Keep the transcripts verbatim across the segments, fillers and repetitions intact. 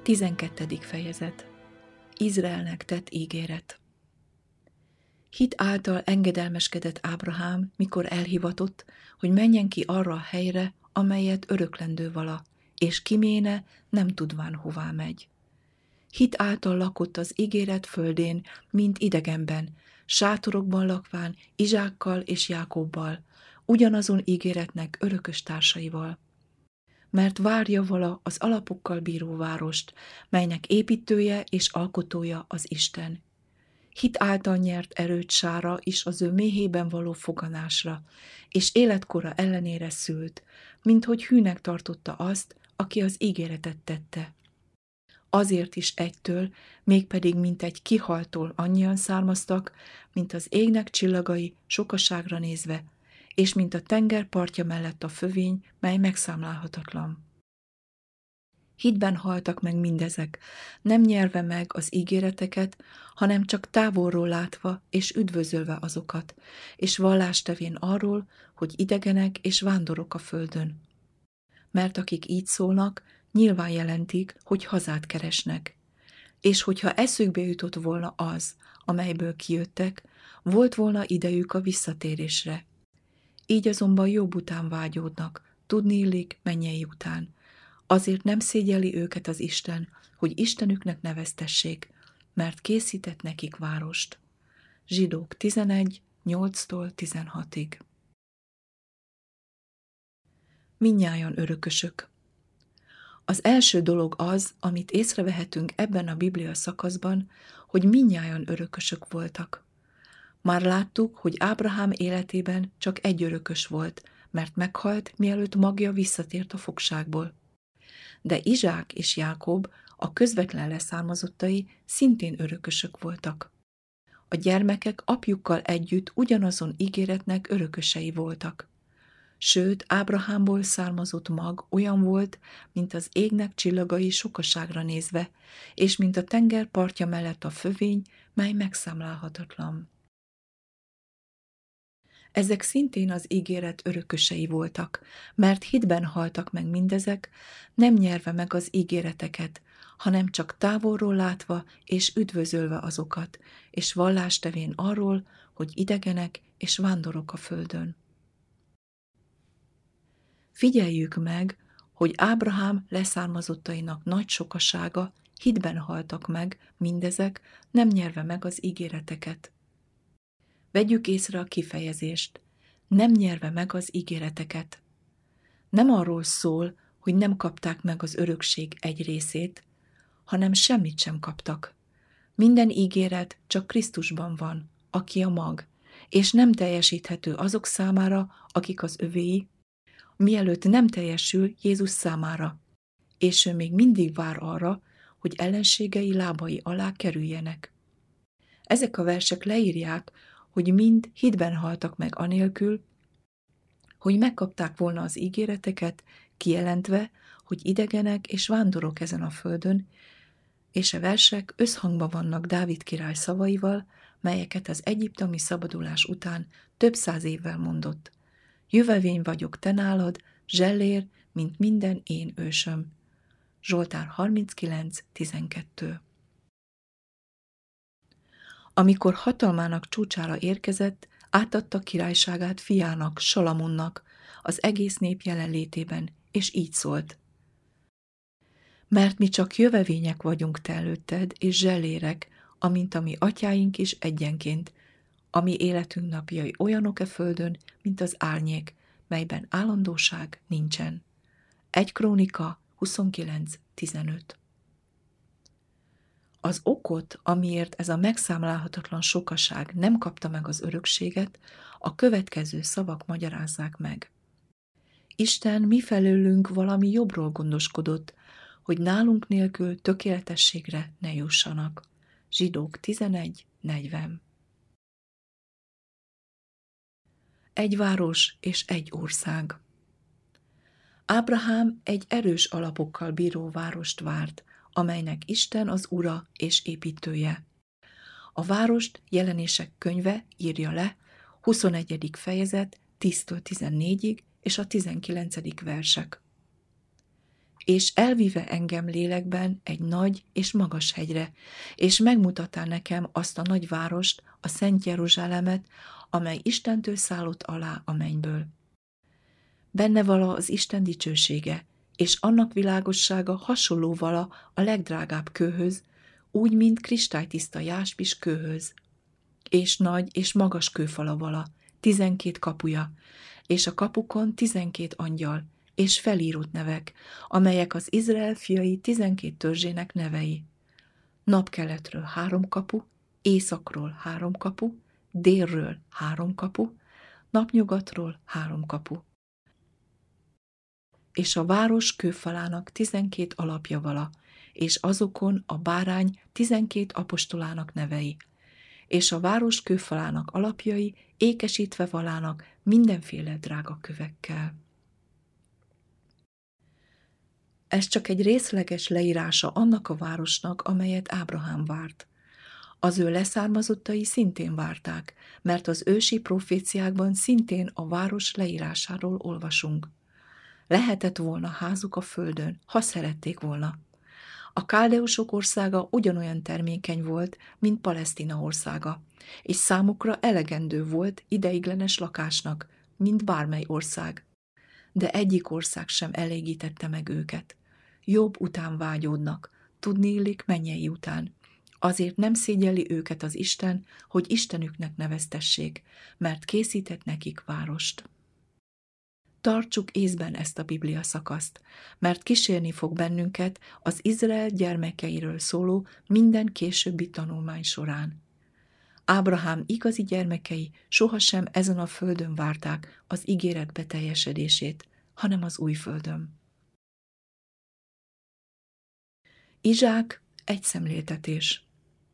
tizenkettedik fejezet. Izraelnek tett ígéret. Hit által engedelmeskedett Ábrahám, mikor elhivatott, hogy menjen ki arra a helyre, amelyet öröklendő vala, és kiméne, nem tudván hová megy. Hit által lakott az ígéret földén, mint idegenben, sátorokban lakván, Izsákkal és Jákobbal, ugyanazon ígéretnek örökös társaival. Mert várja vala az alapokkal bíró várost, melynek építője és alkotója az Isten. Hit által nyert erőt Sára is az ő méhében való foganásra, és életkora ellenére szült, minthogy hűnek tartotta azt, aki az ígéretet tette. Azért is egytől, mégpedig mint egy kihaltól annyian származtak, mint az égnek csillagai sokaságra nézve, és mint a tenger partja mellett a fövény, mely megszámlálhatatlan. Hitben haltak meg mindezek, nem nyerve meg az ígéreteket, hanem csak távolról látva és üdvözölve azokat, és vallást tevén arról, hogy idegenek és vándorok a földön. Mert akik így szólnak, nyilván jelentik, hogy hazát keresnek. És hogyha eszükbe jutott volna az, amelyből kijöttek, volt volna idejük a visszatérésre. Így azonban jobb után vágyódnak, tudni illik mennyei után. Azért nem szégyelli őket az Isten, hogy Istenüknek neveztessék, mert készített nekik várost. Zsidók tizenegy, nyolctól tizenhatig. Mindnyájan örökösök. Az első dolog az, amit észrevehetünk ebben a Biblia szakaszban, hogy mindnyájan örökösök voltak. Már láttuk, hogy Ábrahám életében csak egy örökös volt, mert meghalt, mielőtt magja visszatért a fogságból. De Izsák és Jákob, a közvetlen leszármazottai szintén örökösök voltak. A gyermekek apjukkal együtt ugyanazon ígéretnek örökösei voltak. Sőt, Ábrahámból származott mag olyan volt, mint az égnek csillagai sokaságra nézve, és mint a tenger partja mellett a fövény, mely megszámlálhatatlan. Ezek szintén az ígéret örökösei voltak, mert hitben haltak meg mindezek, nem nyerve meg az ígéreteket, hanem csak távolról látva és üdvözölve azokat, és vallást tevén arról, hogy idegenek és vándorok a földön. Figyeljük meg, hogy Ábrahám leszármazottainak nagy sokasága hitben haltak meg mindezek, nem nyerve meg az ígéreteket. Vegyük észre a kifejezést, nem nyerve meg az ígéreteket. Nem arról szól, hogy nem kapták meg az örökség egy részét, hanem semmit sem kaptak. Minden ígéret csak Krisztusban van, aki a mag, és nem teljesíthető azok számára, akik az övéi, mielőtt nem teljesül Jézus számára, és ő még mindig vár arra, hogy ellenségei lábai alá kerüljenek. Ezek a versek leírják, hogy mind hitben haltak meg anélkül, hogy megkapták volna az ígéreteket, kijelentve, hogy idegenek és vándorok ezen a földön, és a versek összhangban vannak Dávid király szavaival, melyeket az egyiptomi szabadulás után több száz évvel mondott. Jövevény vagyok te nálad, zsellér, mint minden én ősöm. Zsoltár harminckilenc tizenkettő. Amikor hatalmának csúcsára érkezett, átadta királyságát fiának, Salamonnak, az egész nép jelenlétében, és így szólt. Mert mi csak jövevények vagyunk te előtted, és zsellérek, amint a mi atyáink is egyenként, ami életünk napjai olyanok-e földön, mint az árnyék, melyben állandóság nincsen. Egy Krónika huszonkilenc tizenöt. Az okot, amiért ez a megszámlálhatatlan sokaság nem kapta meg az örökséget, a következő szavak magyarázzák meg. Isten mifelőlünk valami jobbról gondoskodott, hogy nálunk nélkül tökéletességre ne jussanak. Zsidók tizenegy negyven. Egy város és egy ország. Ábrahám egy erős alapokkal bíró várost várt, amelynek Isten az ura és építője. A várost Jelenések könyve írja le, huszonegyedik fejezet, tíztől tizennégyig és a tizenkilencedik versek. és elvive engem lélekben egy nagy és magas hegyre, és megmutatta nekem azt a nagy várost, a Szent Jeruzsálemet, amely Istentől szállott alá a mennyből. Benne vala az Isten dicsősége, és annak világossága hasonló vala a legdrágább kőhöz, úgy, mint kristálytiszta jáspis kőhöz. És nagy és magas kőfala vala, tizenkét kapuja, és a kapukon tizenkét angyal, és felírott nevek, amelyek az Izrael fiai tizenkét törzsének nevei. Napkeletről három kapu, északról három kapu, délről három kapu, napnyugatról három kapu. És a város kőfalának tizenkét alapja vala, és azokon a bárány tizenkét apostolának nevei, és a város kőfalának alapjai ékesítve valának mindenféle drága kövekkel. Ez csak egy részleges leírása annak a városnak, amelyet Ábrahám várt. Az ő leszármazottai szintén várták, mert az ősi proféciákban szintén a város leírásáról olvasunk. Lehetett volna házuk a földön, ha szerették volna. A káldeusok országa ugyanolyan termékeny volt, mint Palesztina országa, és számukra elegendő volt ideiglenes lakásnak, mint bármely ország. De egyik ország sem elégítette meg őket. Jobb után vágyódnak, tudniillik mennyei után. Azért nem szégyelli őket az Isten, hogy Istenüknek neveztessék, mert készített nekik várost. Tartsuk észben ezt a Biblia szakaszt, mert kísérni fog bennünket az Izrael gyermekeiről szóló minden későbbi tanulmány során. Ábrahám igazi gyermekei sohasem ezen a földön várták az ígéret beteljesedését, hanem az új földön. Izsák egy szemléltetés.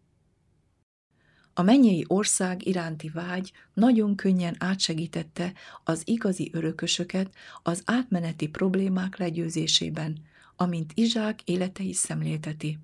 A mennyei ország iránti vágy nagyon könnyen átsegítette az igazi örökösöket az átmeneti problémák legyőzésében, amint Izsák élete is szemlélteti.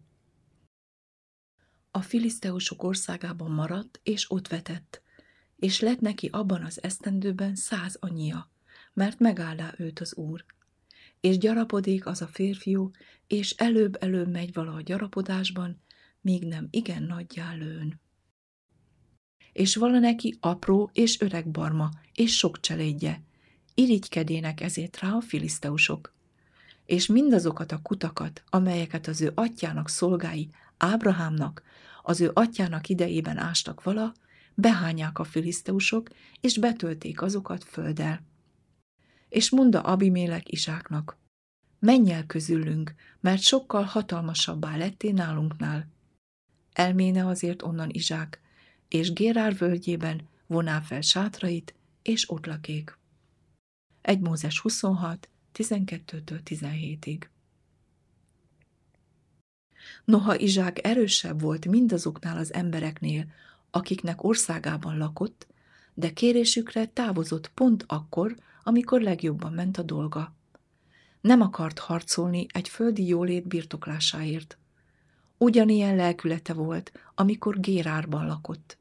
A filiszteusok országában maradt, és ott vetett, és lett neki abban az esztendőben száz annyia, mert megállá őt az Úr. És gyarapodik az a férfiú, és előbb-előbb megy vala a gyarapodásban, míg nem igen nagyjá lőn. És vala neki apró és öreg barma, és sok cselédje. Irigykedének ezért rá a filiszteusok. És mindazokat a kutakat, amelyeket az ő atyjának szolgái Ábrahámnak, az ő atyjának idejében ástak vala, behányják a filiszteusok, és betölték azokat földdel. És mondta Abimélek Izsáknak: menj el közülünk, mert sokkal hatalmasabbá lettél nálunknál. Elméne azért onnan Izsák, és Gérár völgyében voná fel sátrait, és ott lakék. egy Mózes huszonhat, tizenkettőtől tizenhétig. Noha Izsák erősebb volt mindazoknál az embereknél, akiknek országában lakott, de kérésükre távozott pont akkor, amikor legjobban ment a dolga. Nem akart harcolni egy földi jólét birtoklásáért. Ugyanilyen lelkülete volt, amikor Gérárban lakott.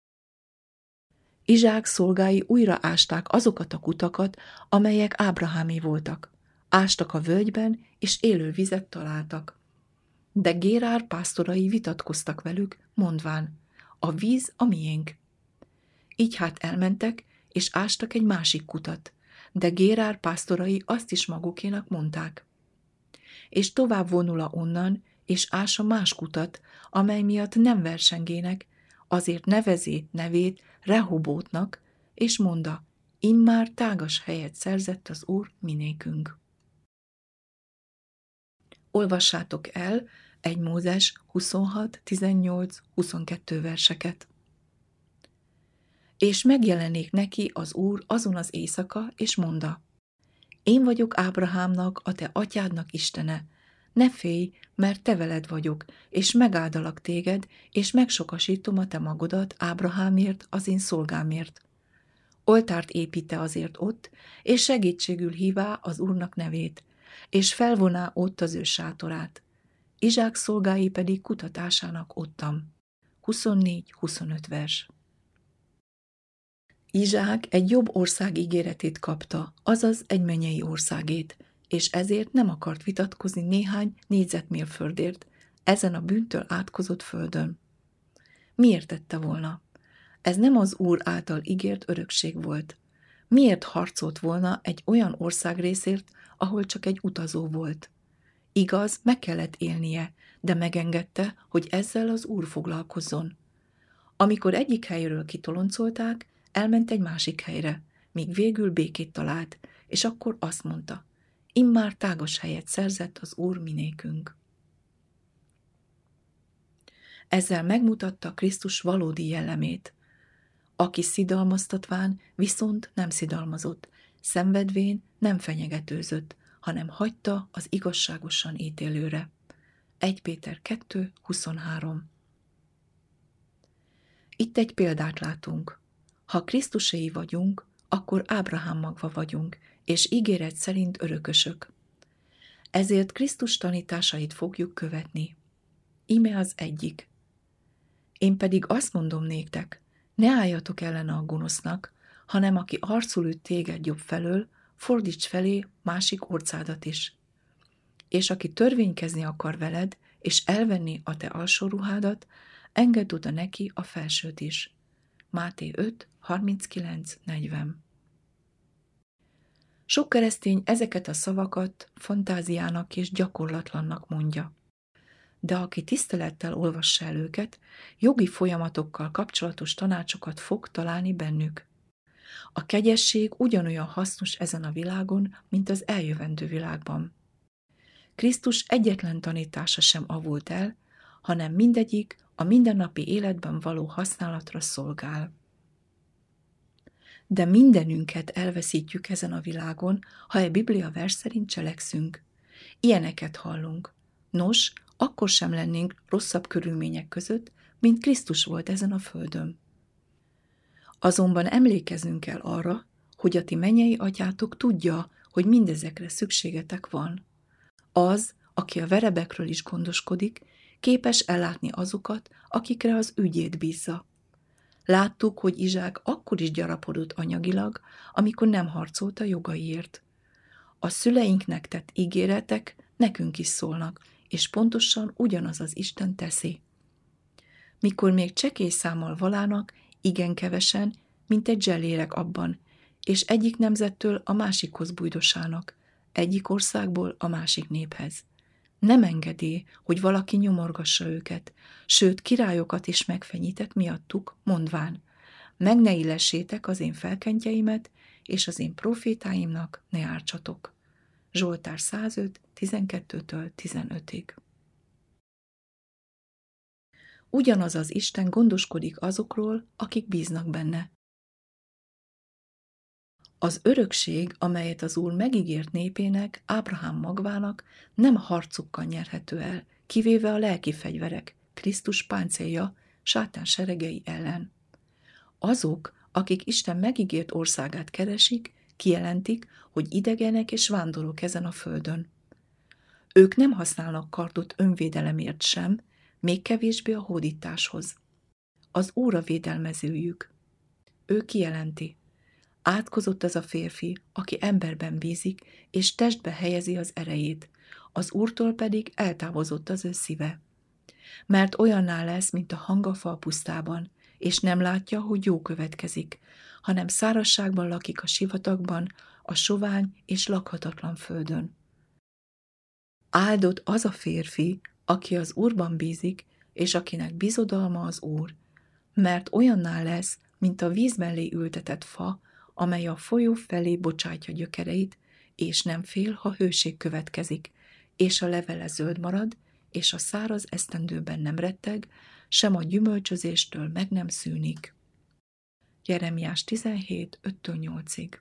Izsák szolgái újra ásták azokat a kutakat, amelyek Ábrahámé voltak. Ástak a völgyben, és élő vizet találtak. De Gérár pásztorai vitatkoztak velük, mondván: a víz a miénk. Így hát elmentek, és ástak egy másik kutat, de Gérár pásztorai azt is magukénak mondták. És tovább vonula onnan, és ás a más kutat, amely miatt nem versengének, azért nevezi nevét Rehobótnak, és monda: immár tágas helyet szerzett az Úr minékünk. Olvassátok el egy Mózes huszonhat, tizennyolc, huszonkettő verseket. És megjelenik neki az Úr azon az éjszaka, és monda: én vagyok Ábrahámnak, a te atyádnak Istene. Ne félj, mert te veled vagyok, és megáldalak téged, és megsokasítom a te magodat Ábrahámért, az én szolgámért. Oltárt építe azért ott, és segítségül hívá az Úrnak nevét, és felvoná ott az ő sátorát. Izsák szolgái pedig kutatásának ottam. huszonnégy huszonöt vers. Izsák egy jobb ország ígéretét kapta, azaz egy mennyei országét, és ezért nem akart vitatkozni néhány négyzetmérföldért ezen a bűntől átkozott földön. Miért tette volna? Ez nem az Úr által ígért örökség volt. Miért harcolt volna egy olyan országrészért, ahol csak egy utazó volt? Igaz, meg kellett élnie, de megengedte, hogy ezzel az Úr foglalkozzon. Amikor egyik helyről kitoloncolták, elment egy másik helyre, míg végül békét talált, és akkor azt mondta, immár tágas helyet szerzett az Úr minékünk. Ezzel megmutatta Krisztus valódi jellemét. Aki szidalmaztatván, viszont nem szidalmazott, szenvedvén nem fenyegetőzött, hanem hagyta az igazságosan ítélőre. egy Péter kettő huszonhárom. Itt egy példát látunk. Ha Krisztuséi vagyunk, akkor Ábrahám magva vagyunk, és ígéret szerint örökösök. Ezért Krisztus tanításait fogjuk követni. Íme az egyik. Én pedig azt mondom néktek, ne álljatok ellene a gonosznak, hanem aki arcul üt téged jobb felől, fordíts felé másik orcádat is. És aki törvénykezni akar veled, és elvenni a te alsó ruhádat, engedd oda neki a felsőt is. Máté öt harminckilenc negyven. Sok keresztény ezeket a szavakat fantáziának és gyakorlatlannak mondja. De aki tisztelettel olvassa el őket, jogi folyamatokkal kapcsolatos tanácsokat fog találni bennük. A kegyesség ugyanolyan hasznos ezen a világon, mint az eljövendő világban. Krisztus egyetlen tanítása sem avult el, hanem mindegyik a mindennapi életben való használatra szolgál. De mindenünket elveszítjük ezen a világon, ha e Biblia vers szerint cselekszünk. Ilyeneket hallunk. Nos, akkor sem lennénk rosszabb körülmények között, mint Krisztus volt ezen a földön. Azonban emlékeznünk kell arra, hogy a ti mennyei atyátok tudja, hogy mindezekre szükségetek van. Az, aki a verebekről is gondoskodik, képes ellátni azokat, akikre az ügyét bízza. Láttuk, hogy Izsák akkor is gyarapodott anyagilag, amikor nem harcolt a jogaiért. A szüleinknek tett ígéretek nekünk is szólnak, és pontosan ugyanaz az Isten teszi. Mikor még csekély számmal valának, igen kevesen, mint egy zselérek abban, és egyik nemzettől a másikhoz bújdosának, egyik országból a másik néphez. Nem engedi, hogy valaki nyomorgassa őket, sőt királyokat is megfenyített miattuk, mondván, meg ne illessétek az én felkentjeimet, és az én profétáimnak ne ártsatok. Zsoltár százöt, tizenkettőtől tizenötig. Ugyanaz az Isten gondoskodik azokról, akik bíznak benne. Az örökség, amelyet az Úr megígért népének, Ábrahám magvának, nem harcukkal nyerhető el, kivéve a lelki fegyverek, Krisztus páncélja, sátán seregei ellen. Azok, akik Isten megígért országát keresik, kijelentik, hogy idegenek és vándorok ezen a földön. Ők nem használnak kardot önvédelemért sem, még kevésbé a hódításhoz. Az Úr a védelmezőjük. Ő kijelenti, átkozott az a férfi, aki emberben bízik, és testbe helyezi az erejét, az Úrtól pedig eltávozott az ő szíve. Mert olyanná lesz, mint a hangafa a pusztában, és nem látja, hogy jó következik, hanem szárazságban lakik a sivatagban, a sovány és lakhatatlan földön. Áldott az a férfi, aki az Úrban bízik, és akinek bizodalma az Úr, mert olyanná lesz, mint a víz mellé ültetett fa, amely a folyó felé bocsátja gyökereit, és nem fél, ha hőség következik, és a levele zöld marad, és a száraz esztendőben nem retteg, sem a gyümölcsözéstől meg nem szűnik. Jeremiás tizenhét öttől nyolcig.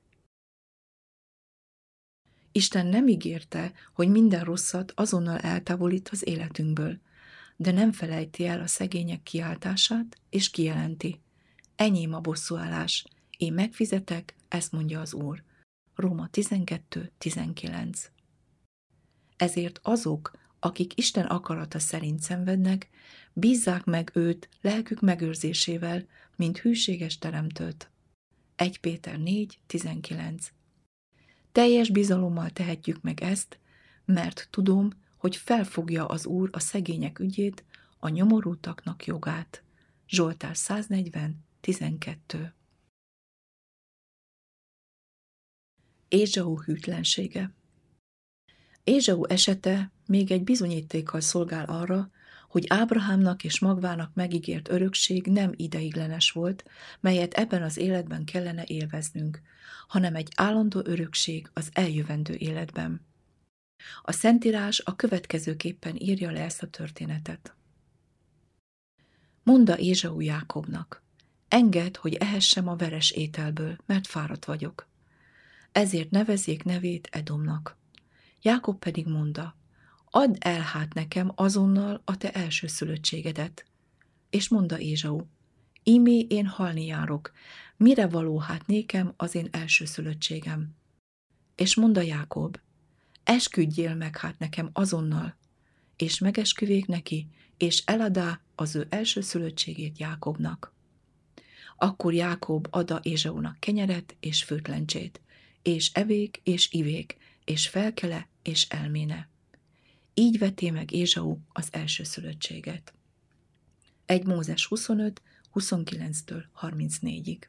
Isten nem ígérte, hogy minden rosszat azonnal eltávolít az életünkből, de nem felejti el a szegények kiáltását, és kijelenti, enyém a bosszúállás, én megfizetek, ezt mondja az Úr. Róma tizenkettő tizenkilenc. Ezért azok, akik Isten akarata szerint szenvednek, bízzák meg őt lelkük megőrzésével, mint hűséges teremtőt. egy Péter négy tizenkilenc. Teljes bizalommal tehetjük meg ezt, mert tudom, hogy felfogja az Úr a szegények ügyét, a nyomorultaknak jogát. Zsoltár száznegyven, tizenkettő. Ézsau hűtlensége. Ézsau esete még egy bizonyítékkal szolgál arra, hogy Ábrahámnak és magvának megígért örökség nem ideiglenes volt, melyet ebben az életben kellene élveznünk, hanem egy állandó örökség az eljövendő életben. A Szentírás a következőképpen írja le ezt a történetet. Mondta Ézsau Jákobnak: engedd, hogy ehessem a veres ételből, mert fáradt vagyok. Ezért nevezzék nevét Edomnak. Jákob pedig mondta: add el hát nekem azonnal a te elsőszülöttségedet. És mondta Ézsau: ímé én halni járok, mire való hát nékem az én elsőszülöttségem? És mondta Jákob: esküdjél meg hát nekem azonnal. És megesküvék neki, és eladá az ő elsőszülöttségét Jákobnak. Akkor Jákob adta Ézsaunak kenyeret és főtlencsét, és evék és ivék, és felkele és elméne. Így vetté meg Ézsau az elsőszülöttséget. egy Mózes huszonöt, huszonkilenctől harmincnégyig.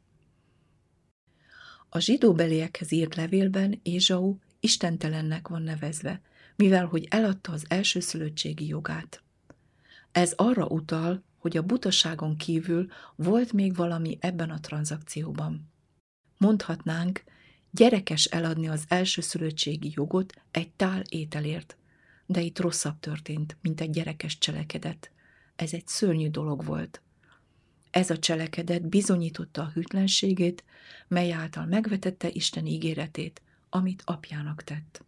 A zsidóbeliekhez írt levélben Ézsau istentelennek van nevezve, mivel hogy eladta az elsőszülöttségi jogát. Ez arra utal, hogy a butaságon kívül volt még valami ebben a tranzakcióban. Mondhatnánk, gyerekes eladni az elsőszülöttségi jogot egy tál ételért, de itt rosszabb történt, mint egy gyerekes cselekedet. Ez egy szörnyű dolog volt. Ez a cselekedet bizonyította a hűtlenségét, mely által megvetette Isten ígéretét, amit apjának tett.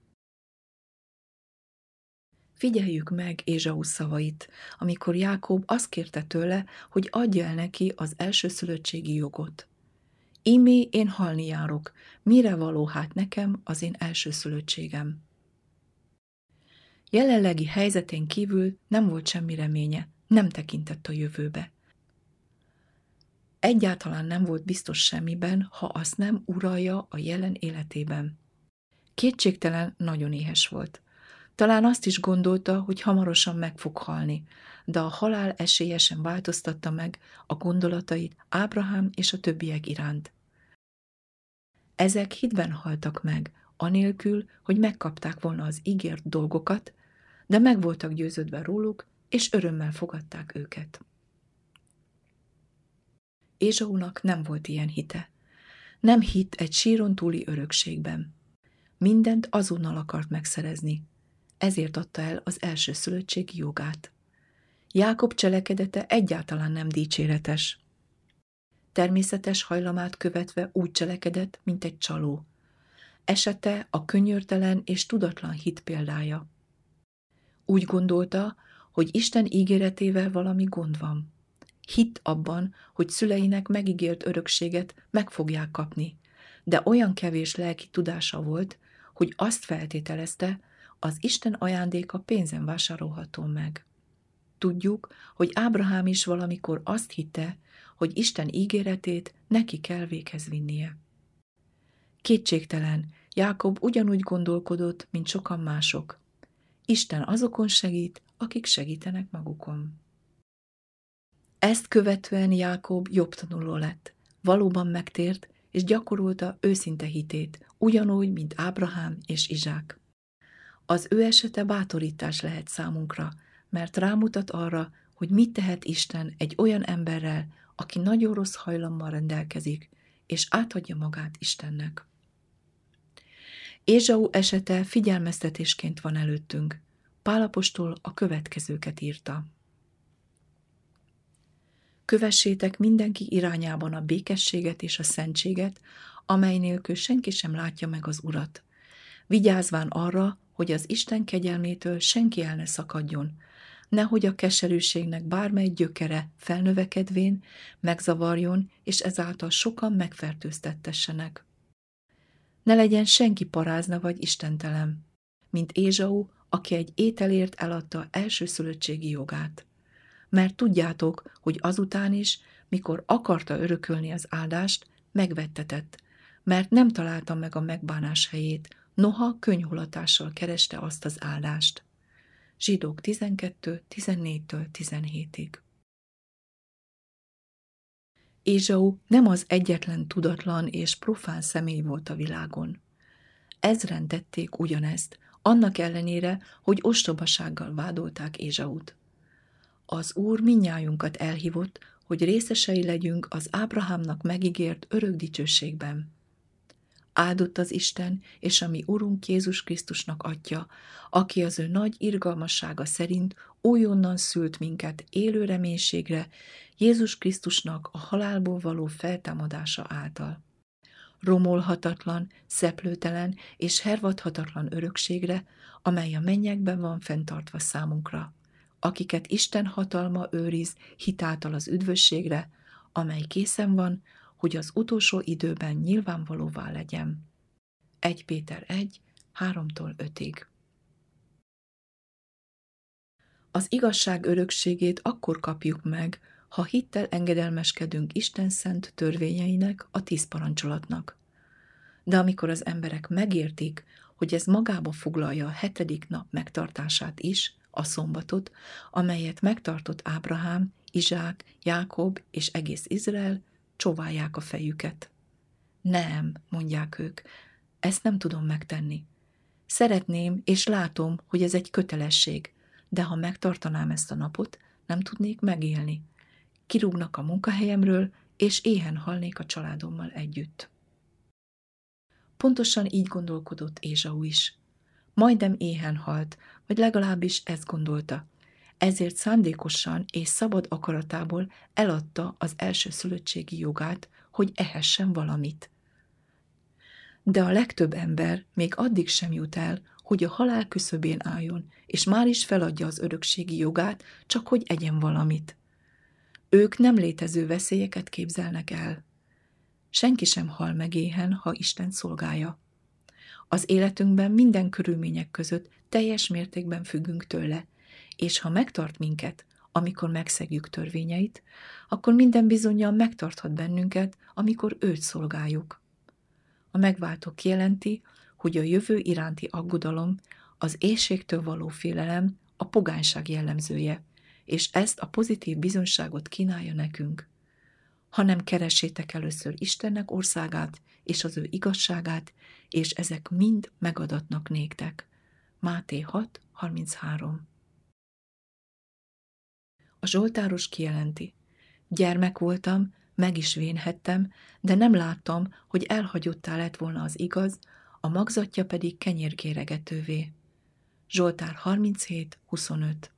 Figyeljük meg Ézsau szavait, amikor Jákob azt kérte tőle, hogy adja el neki az elsőszülöttségi jogot. Ímé én halni járok, mire való hát nekem az én elsőszülöttségem? Jelenlegi helyzetén kívül nem volt semmi reménye, nem tekintett a jövőbe. Egyáltalán nem volt biztos semmiben, ha azt nem uralja a jelen életében. Kétségtelen nagyon éhes volt. Talán azt is gondolta, hogy hamarosan meg fog halni, de a halál esélyesen változtatta meg a gondolatait Ábrahám és a többiek iránt. Ezek hitben haltak meg, anélkül, hogy megkapták volna az ígért dolgokat, de meg voltak győződve róluk, és örömmel fogadták őket. Ézsaunak nem volt ilyen hite. Nem hitt egy síron túli örökségben. Mindent azonnal akart megszerezni. Ezért adta el az elsőszülöttségi jogát. Jákob cselekedete egyáltalán nem dicséretes. Természetes hajlamát követve úgy cselekedett, mint egy csaló. Esete a könyörtelen és tudatlan hit példája. Úgy gondolta, hogy Isten ígéretével valami gond van. Hitt abban, hogy szüleinek megígért örökséget meg fogják kapni, de olyan kevés lelki tudása volt, hogy azt feltételezte, az Isten ajándéka pénzen vásárolható meg. Tudjuk, hogy Ábrahám is valamikor azt hitte, hogy Isten ígéretét neki kell véghez vinnie. Kétségtelen, Jákob ugyanúgy gondolkodott, mint sokan mások. Isten azokon segít, akik segítenek magukon. Ezt követően Jákob jobb tanuló lett, valóban megtért, és gyakorolta őszinte hitét, ugyanúgy, mint Ábrahám és Izsák. Az ő esete bátorítás lehet számunkra, mert rámutat arra, hogy mit tehet Isten egy olyan emberrel, aki nagyon rossz hajlammal rendelkezik, és átadja magát Istennek. Ézsau esete figyelmeztetésként van előttünk. Pál apostol a következőket írta. Kövessétek mindenki irányában a békességet és a szentséget, amely nélkül senki sem látja meg az Urat. Vigyázván arra, hogy az Isten kegyelmétől senki el ne szakadjon, nehogy a keserűségnek bármely gyökere felnövekedvén megzavarjon, és ezáltal sokan megfertőztettessenek. Ne legyen senki parázna vagy istentelen, mint Ézsau, aki egy ételért eladta elsőszülöttségi jogát. Mert tudjátok, hogy azután is, mikor akarta örökölni az áldást, megvettetett, mert nem találta meg a megbánás helyét, noha könnyhulatással kereste azt az áldást. Zsidók tizenkettő tizennégytől tizenhétig. Ézsau nem az egyetlen tudatlan és profán személy volt a világon. Ezren tették ugyanezt, annak ellenére, hogy ostobasággal vádolták Ézsaut. Az Úr mindnyájunkat elhívott, hogy részesei legyünk az Ábrahámnak megígért örök dicsőségben. Áldott az Isten és a mi Urunk Jézus Krisztusnak Atya, aki az ő nagy irgalmassága szerint újonnan szült minket élő reménységre, Jézus Krisztusnak a halálból való feltámadása által. Romolhatatlan, szeplőtelen és hervadhatatlan örökségre, amely a mennyekben van fenntartva számunkra, akiket Isten hatalma őriz hitáltal az üdvösségre, amely készen van, hogy az utolsó időben nyilvánvalóvá legyen. Első Péter egy, háromtól ötig. Az igazság örökségét akkor kapjuk meg, ha hittel engedelmeskedünk Isten szent törvényeinek, a tíz parancsolatnak. De amikor az emberek megértik, hogy ez magába foglalja a hetedik nap megtartását is, a szombatot, amelyet megtartott Ábrahám, Izsák, Jákob és egész Izrael, csóválják a fejüket. Nem, mondják ők, ezt nem tudom megtenni. Szeretném és látom, hogy ez egy kötelesség, de ha megtartanám ezt a napot, nem tudnék megélni. Kirúgnak a munkahelyemről, és éhen halnék a családommal együtt. Pontosan így gondolkodott Ézsau is. Majdnem éhen halt, vagy legalábbis ezt gondolta. Ezért szándékosan és szabad akaratából eladta az elsőszülöttségi jogát, hogy ehessen valamit. De a legtöbb ember még addig sem jut el, hogy a halál küszöbén álljon, és már is feladja az örökségi jogát, csak hogy egyen valamit. Ők nem létező veszélyeket képzelnek el. Senki sem hal meg éhen, ha Isten szolgálja. Az életünkben minden körülmények között teljes mértékben függünk tőle, és ha megtart minket, amikor megszegjük törvényeit, akkor minden bizonnyal megtarthat bennünket, amikor őt szolgáljuk. A megváltó kijelenti, hogy a jövő iránti aggodalom, az éhségtől való félelem a pogányság jellemzője, és ezt a pozitív bizonyságot kínálja nekünk. Hanem keressétek először Istennek országát és az ő igazságát, és ezek mind megadatnak néktek. Máté hat harminchárom. A zsoltáros kijelenti: gyermek voltam, meg is vénhettem, de nem láttam, hogy elhagyottá lett volna az igaz, a magzatja pedig kenyérkéregetővé. Zsoltár harminchét huszonöt.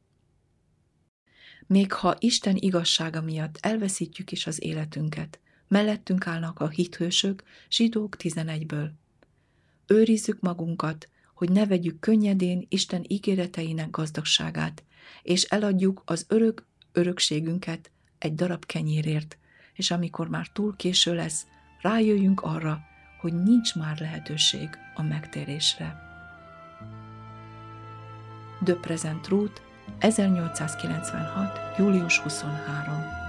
Még ha Isten igazsága miatt elveszítjük is az életünket, mellettünk állnak a hithősök, Zsidók tizenegyből. Őrizzük magunkat, hogy ne vegyük könnyedén Isten ígéreteinek gazdagságát, és eladjuk az örök örökségünket egy darab kenyérért, és amikor már túl késő lesz, rájöjjünk arra, hogy nincs már lehetőség a megtérésre. De Present Truth, ezernyolcszázkilencvenhat. július huszonharmadika.